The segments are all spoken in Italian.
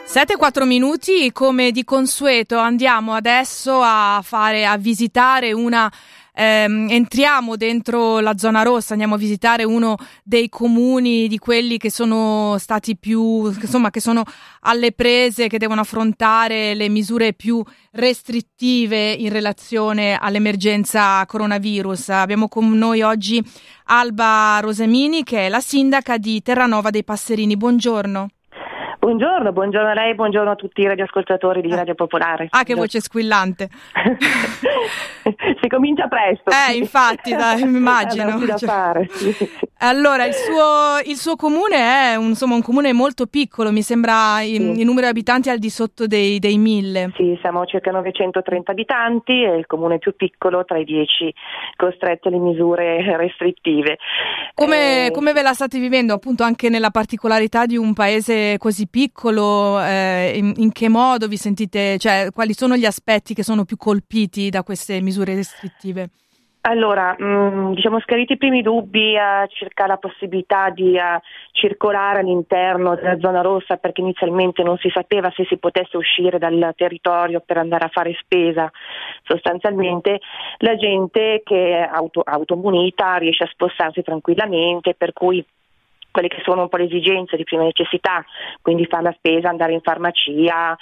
7-4 minuti, come di consueto andiamo adesso a visitare entriamo dentro la zona rossa, andiamo a visitare uno dei comuni di quelli che sono stati che sono alle prese, che devono affrontare le misure più restrittive in relazione all'emergenza coronavirus. Abbiamo con noi oggi Alba Rosemini, che è la sindaca di Terranova dei Passerini. Buongiorno. Buongiorno a lei, buongiorno a tutti i radioascoltatori di Radio Popolare. Che voce squillante. Si comincia presto. Infatti, immagino. Da fare. Allora, il suo comune è un comune molto piccolo, mi sembra il numero di abitanti al di sotto dei 1000. Sì, siamo circa 930 abitanti, è il comune più piccolo tra i 10 costretti alle misure restrittive. Come ve la state vivendo, appunto, anche nella particolarità di un paese così piccolo? In che modo vi sentite, quali sono gli aspetti che sono più colpiti da queste misure restrittive? Allora, schiariti i primi dubbi circa la possibilità di circolare all'interno della zona rossa, perché inizialmente non si sapeva se si potesse uscire dal territorio per andare a fare spesa. Sostanzialmente la gente che è automunita riesce a spostarsi tranquillamente, per cui quelle che sono un po' le esigenze di prima necessità, quindi fare la spesa, andare in farmacia,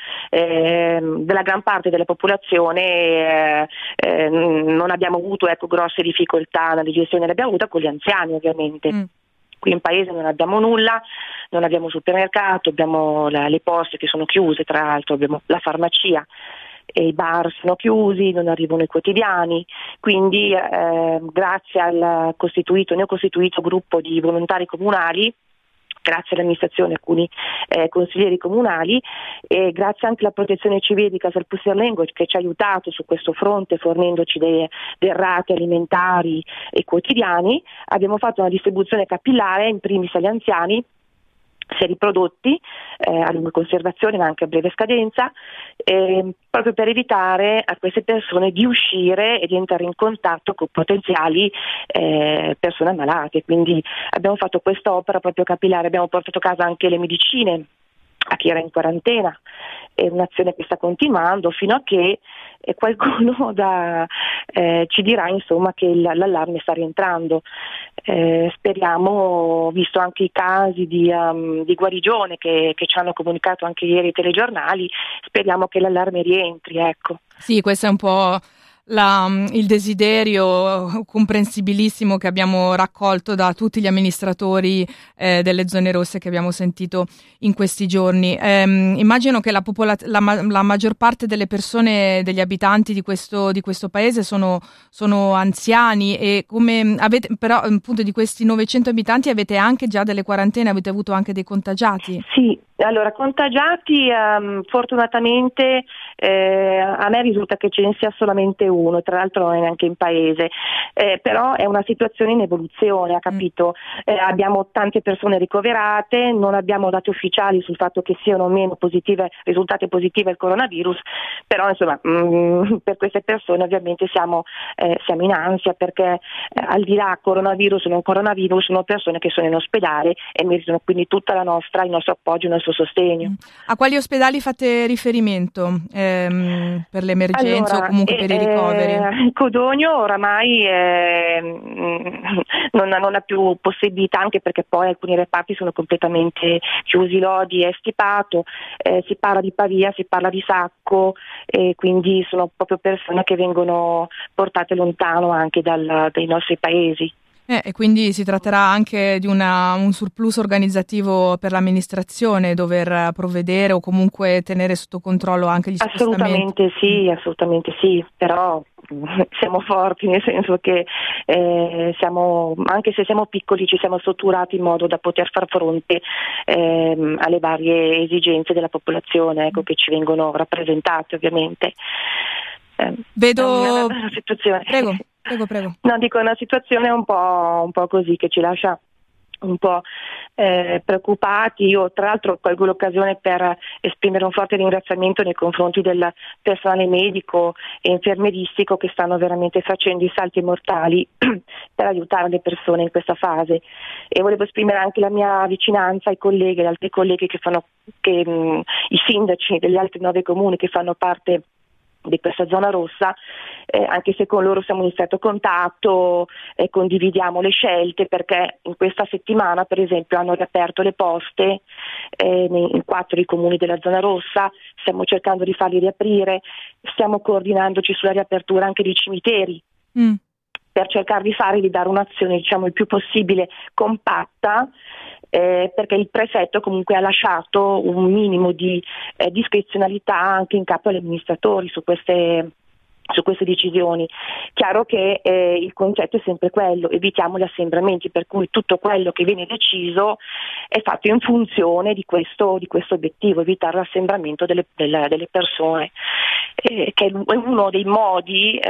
della gran parte della popolazione non abbiamo avuto grosse difficoltà nella gestione, le abbiamo avuta con gli anziani ovviamente. Qui in paese non abbiamo nulla, non abbiamo supermercato, abbiamo le poste che sono chiuse, tra l'altro abbiamo la farmacia. E i bar sono chiusi, non arrivano i quotidiani, quindi grazie al neocostituito gruppo di volontari comunali, grazie all'amministrazione, alcuni consiglieri comunali e grazie anche alla protezione civile di Casal Pusterlengo, che ci ha aiutato su questo fronte fornendoci dei derrate alimentari e quotidiani, abbiamo fatto una distribuzione capillare in primis agli anziani, seri prodotti a lunga conservazione ma anche a breve scadenza, proprio per evitare a queste persone di uscire e di entrare in contatto con potenziali persone ammalate. Quindi abbiamo fatto questa opera proprio capillare, abbiamo portato a casa anche le medicine a chi era in quarantena. È un'azione che sta continuando fino a che qualcuno ci dirà insomma che l'allarme sta rientrando. Speriamo, visto anche i casi di guarigione che ci hanno comunicato anche ieri i telegiornali, speriamo che l'allarme rientri, ecco. Sì, questo è un po' il desiderio comprensibilissimo che abbiamo raccolto da tutti gli amministratori delle zone rosse che abbiamo sentito in questi giorni. Immagino che la maggior parte delle persone, degli abitanti di questo paese sono anziani, e come avete, però appunto di questi 900 abitanti avete anche già delle quarantene, avete avuto anche dei contagiati? Sì. Allora, contagiati fortunatamente a me risulta che ce ne sia solamente uno, tra l'altro non è neanche in paese, però è una situazione in evoluzione, ha capito? Abbiamo tante persone ricoverate, non abbiamo dati ufficiali sul fatto che siano o meno risultate positive al coronavirus, però insomma per queste persone ovviamente siamo in ansia, perché al di là coronavirus o non coronavirus sono persone che sono in ospedale e meritano quindi tutta il nostro appoggio, il nostro sostegno. A quali ospedali fate riferimento per l'emergenza o comunque per i ricoveri? Codogno oramai non ha più possibilità, anche perché poi alcuni reparti sono completamente chiusi, Lodi è stipato, si parla di Pavia, si parla di Sacco, e quindi sono proprio persone che vengono portate lontano anche dai nostri paesi. E quindi si tratterà anche di un surplus organizzativo per l'amministrazione, dover provvedere o comunque tenere sotto controllo anche gli spostamenti. Assolutamente sì, però siamo forti, nel senso che anche se siamo piccoli, ci siamo strutturati in modo da poter far fronte alle varie esigenze della popolazione, che ci vengono rappresentate ovviamente. Vedo una situazione. Prego. No, dico, una situazione un po' così, che ci lascia un po' preoccupati. Io tra l'altro colgo l'occasione per esprimere un forte ringraziamento nei confronti del personale medico e infermieristico che stanno veramente facendo i salti mortali per aiutare le persone in questa fase, e volevo esprimere anche la mia vicinanza ai colleghi, agli altri colleghi i sindaci degli altri 9 comuni che fanno parte di questa zona rossa, anche se con loro siamo in stretto contatto e condividiamo le scelte, perché in questa settimana per esempio hanno riaperto le poste in 4 dei comuni della zona rossa, stiamo cercando di farli riaprire, stiamo coordinandoci sulla riapertura anche dei cimiteri per cercare di dare un'azione il più possibile compatta, perché il prefetto comunque ha lasciato un minimo di discrezionalità anche in capo agli amministratori su queste decisioni. Chiaro che il concetto è sempre quello: evitiamo gli assembramenti, per cui tutto quello che viene deciso è fatto in funzione di questo obiettivo, evitare l'assembramento delle persone, che è uno dei modi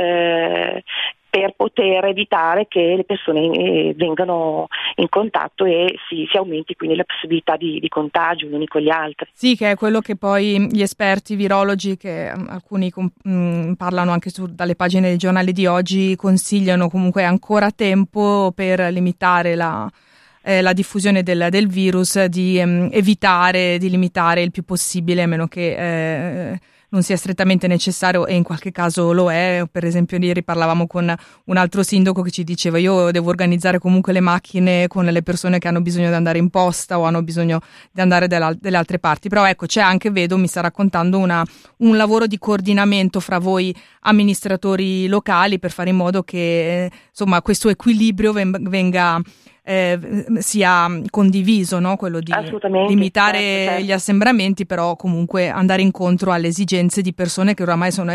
per poter evitare che le persone vengano in contatto e si aumenti quindi la possibilità di contagio gli uni con gli altri. Sì, che è quello che poi gli esperti virologi, che alcuni parlano anche dalle pagine dei giornali di oggi, consigliano comunque ancora tempo per limitare la diffusione del virus, di evitare, di limitare il più possibile, a meno che non sia strettamente necessario, e in qualche caso lo è. Per esempio ieri parlavamo con un altro sindaco che ci diceva: io devo organizzare comunque le macchine con le persone che hanno bisogno di andare in posta o hanno bisogno di andare delle altre parti. Però ecco, c'è anche, vedo, mi sta raccontando un lavoro di coordinamento fra voi amministratori locali per fare in modo che insomma questo equilibrio venga sia condiviso, no? Quello di limitare certo. Gli assembramenti, però comunque andare incontro alle esigenze di persone che oramai sono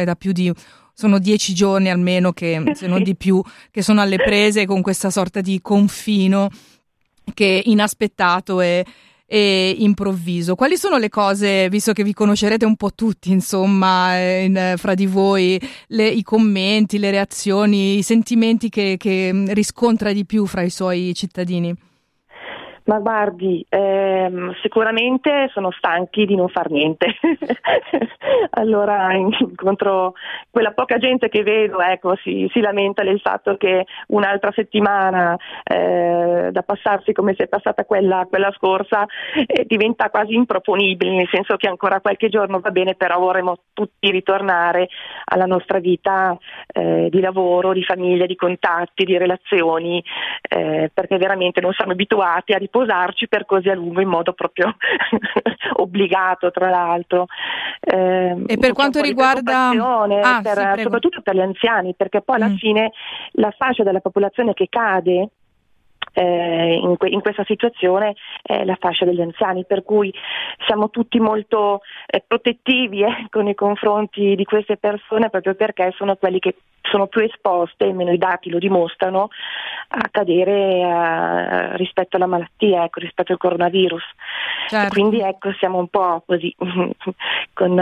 10 giorni almeno, che se non di più, che sono alle prese con questa sorta di confino che è inaspettato e improvviso. Quali sono le cose, visto che vi conoscerete un po' tutti, insomma, fra di voi, i commenti, le reazioni, i sentimenti che riscontra di più fra i suoi cittadini? Ma guardi, sicuramente sono stanchi di non far niente. Allora incontro quella poca gente che vedo, ecco, si lamenta del fatto che un'altra settimana da passarsi come si è passata quella scorsa diventa quasi improponibile, nel senso che ancora qualche giorno va bene, però vorremmo tutti ritornare alla nostra vita di lavoro, di famiglia, di contatti, di relazioni, perché veramente non siamo abituati a riposarci per così a lungo in modo proprio obbligato, tra l'altro. E per quanto riguarda soprattutto per gli anziani, perché poi alla fine la fascia della popolazione che cade in questa situazione è la fascia degli anziani, per cui siamo tutti molto protettivi nei confronti di queste persone, proprio perché sono quelli che sono più esposte, almeno i dati lo dimostrano, a cadere rispetto alla malattia, rispetto al coronavirus. Certo. Quindi siamo un po' così con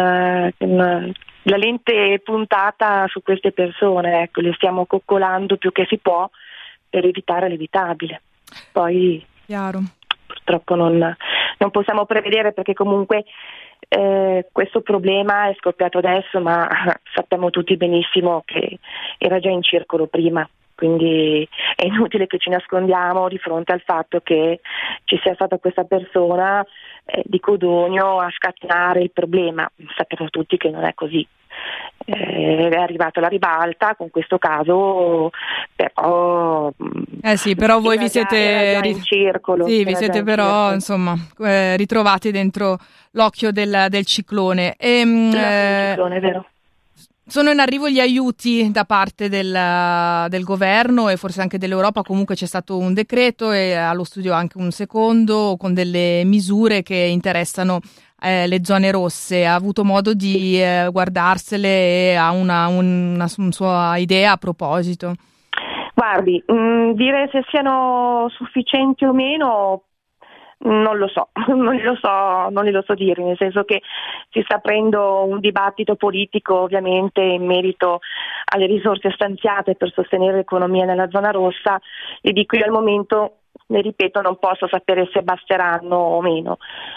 la lente puntata su queste persone, le stiamo coccolando più che si può per evitare l'evitabile. Poi chiaro, purtroppo non possiamo prevedere, perché comunque questo problema è scoppiato adesso, ma sappiamo tutti benissimo che era già in circolo prima, quindi è inutile che ci nascondiamo di fronte al fatto che ci sia stata questa persona di Codogno a scatenare il problema. Sappiamo tutti che non è così. È arrivata la ribalta con questo caso, però però voi vi siete in circolo, vi siete però insomma ritrovati dentro l'occhio del ciclone. Ciclone, è vero. Sono in arrivo gli aiuti da parte del governo e forse anche dell'Europa. Comunque c'è stato un decreto e allo studio anche un secondo con delle misure che interessano le zone rosse. Ha avuto modo di guardarsele e ha una sua idea a proposito? Guardi, dire se siano sufficienti o meno non lo so, non glielo so dire, nel senso che si sta aprendo un dibattito politico ovviamente in merito alle risorse stanziate per sostenere l'economia nella zona rossa. Le dico, io al momento ne ripeto, non posso sapere se basteranno o meno.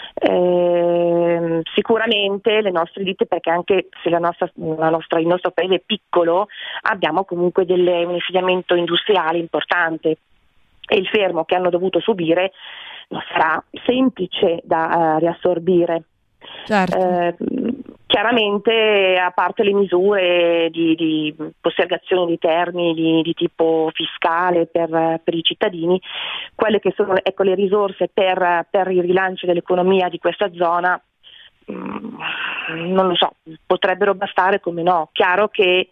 Sicuramente le nostre ditte, perché anche se il nostro paese è piccolo, abbiamo comunque un insediamento industriale importante, e il fermo che hanno dovuto subire non sarà semplice da riassorbire. Certo. Chiaramente, a parte le misure di postergazione di termini di tipo fiscale per i cittadini, quelle che sono le risorse per il rilancio dell'economia di questa zona, non lo so, potrebbero bastare, come no. Chiaro che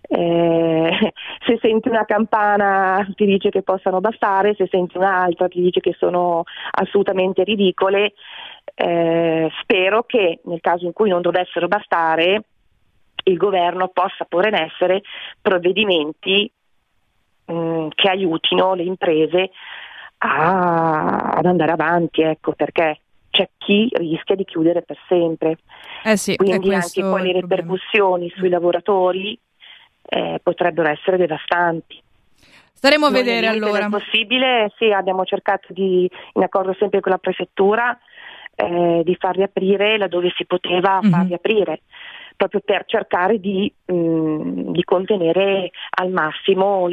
se senti una campana ti dice che possano bastare, se senti un'altra ti dice che sono assolutamente ridicole. Spero che nel caso in cui non dovessero bastare, il governo possa porre in essere provvedimenti che aiutino le imprese ad andare avanti, ecco, perché c'è chi rischia di chiudere per sempre. Sì, quindi anche poi le ripercussioni sui lavoratori potrebbero essere devastanti. Staremo a vedere allora. Se possibile, sì, abbiamo cercato in accordo sempre con la prefettura, di far riaprire laddove si poteva far riaprire, proprio per cercare di contenere al massimo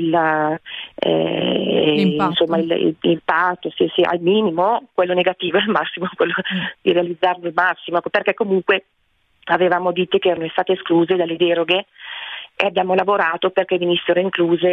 l'impatto, sì, al minimo, quello negativo, al massimo quello di realizzarlo al massimo, perché comunque avevamo ditte che erano state escluse dalle deroghe e abbiamo lavorato perché venissero incluse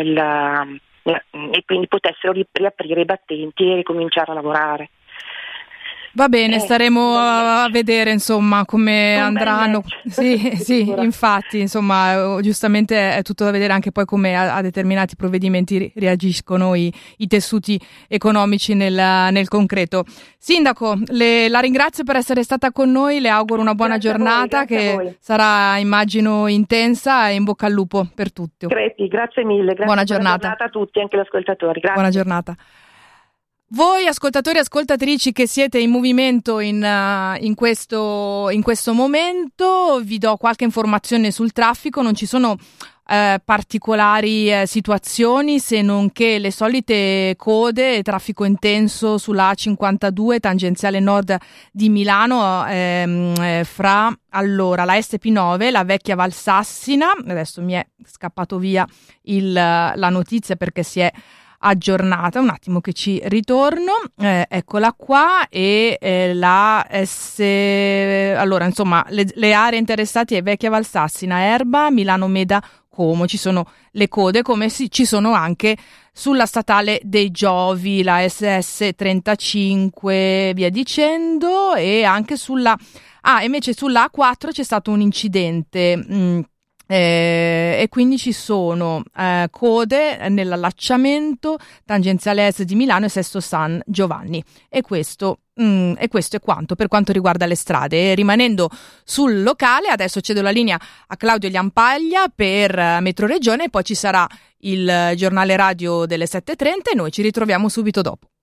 e quindi potessero riaprire i battenti e ricominciare a lavorare. Va bene, staremo a vedere insomma come andranno. Sì, infatti, insomma, giustamente è tutto da vedere anche poi come a determinati provvedimenti reagiscono i tessuti economici nel concreto. Sindaco, la ringrazio per essere stata con noi, le auguro una buona giornata che sarà, immagino, intensa, e in bocca al lupo per tutto. Grazie mille, buona giornata a tutti, anche gli ascoltatori. Grazie. Buona giornata. Voi ascoltatori e ascoltatrici che siete in movimento in questo momento, vi do qualche informazione sul traffico. Non ci sono particolari situazioni, se non che le solite code e traffico intenso sulla A52 tangenziale nord di Milano, fra la SP9, la vecchia Valsassina. Adesso mi è scappato via la notizia perché si è aggiornata, un attimo che ci ritorno, eccola qua, e allora insomma le aree interessate è Vecchia Valsassina, Erba, Milano Meda, Como. Ci sono le code, come ci sono anche sulla statale dei Giovi, la SS35, via dicendo, e anche invece sulla A4 c'è stato un incidente, e quindi ci sono code nell'allacciamento tangenziale est di Milano e Sesto San Giovanni, e questo è quanto per quanto riguarda le strade. E rimanendo sul locale, adesso cedo la linea a ClaudioGliampaglia per Metro Regione, e poi ci sarà il giornale radio delle 7:30 e noi ci ritroviamo subito dopo.